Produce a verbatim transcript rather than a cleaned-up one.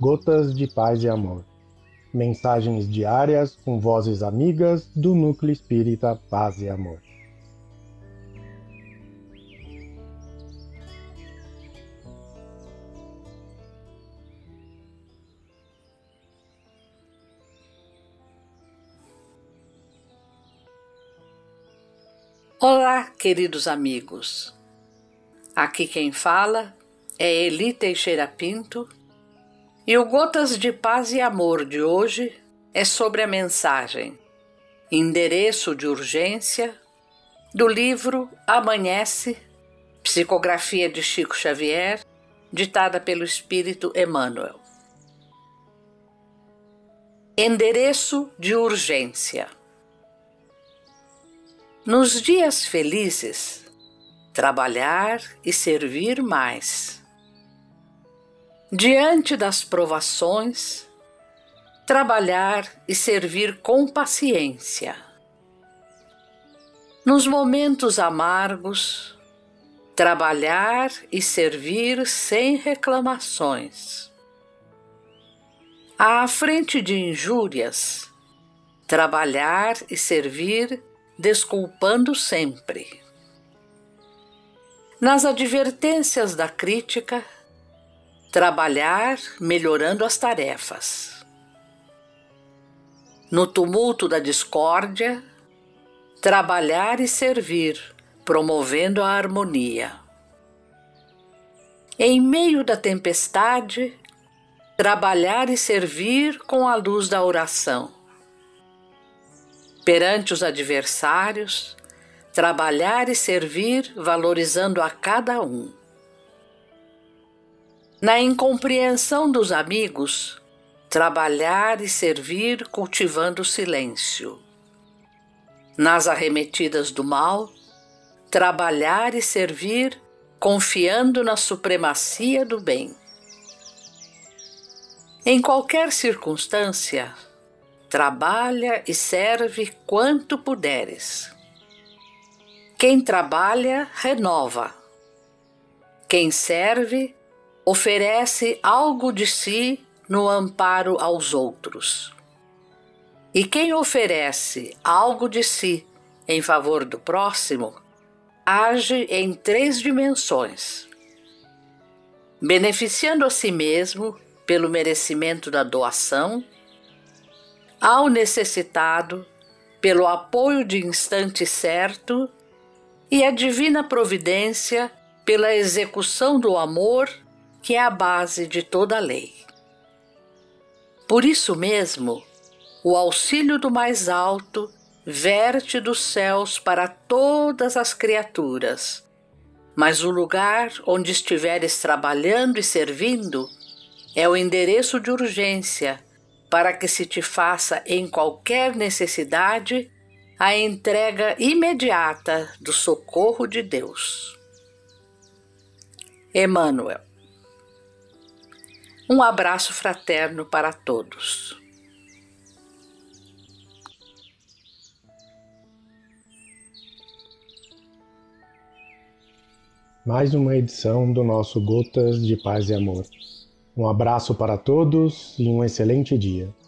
Gotas de Paz e Amor. Mensagens diárias com vozes amigas do Núcleo Espírita Paz e Amor. Olá, queridos amigos. Aqui quem fala é Eli Teixeira Pinto e o Gotas de Paz e Amor de hoje é sobre a mensagem Endereço de Urgência do livro Amanhece, psicografia de Chico Xavier, ditada pelo Espírito Emmanuel. Endereço de Urgência. Nos dias felizes, trabalhar e servir mais. Diante das provações, trabalhar e servir com paciência. Nos momentos amargos, trabalhar e servir sem reclamações. À frente de injúrias, trabalhar e servir desculpando sempre. Nas advertências da crítica, trabalhar melhorando as tarefas. No tumulto da discórdia, trabalhar e servir, promovendo a harmonia. Em meio da tempestade, trabalhar e servir com a luz da oração. Perante os adversários, trabalhar e servir valorizando a cada um. Na incompreensão dos amigos, trabalhar e servir cultivando o silêncio. Nas arremetidas do mal, trabalhar e servir confiando na supremacia do bem. Em qualquer circunstância, trabalha e serve quanto puderes. Quem trabalha, renova. Quem serve, oferece algo de si no amparo aos outros. E quem oferece algo de si em favor do próximo, age em três dimensões: beneficiando a si mesmo pelo merecimento da doação, ao necessitado pelo apoio de instante certo e a divina providência pela execução do amor, que é a base de toda a lei. Por isso mesmo, o auxílio do mais alto verte dos céus para todas as criaturas, mas o lugar onde estiveres trabalhando e servindo é o endereço de urgência para que se te faça em qualquer necessidade a entrega imediata do socorro de Deus. Emmanuel. Um abraço fraterno para todos. Mais uma edição do nosso Gotas de Paz e Amor. Um abraço para todos e um excelente dia.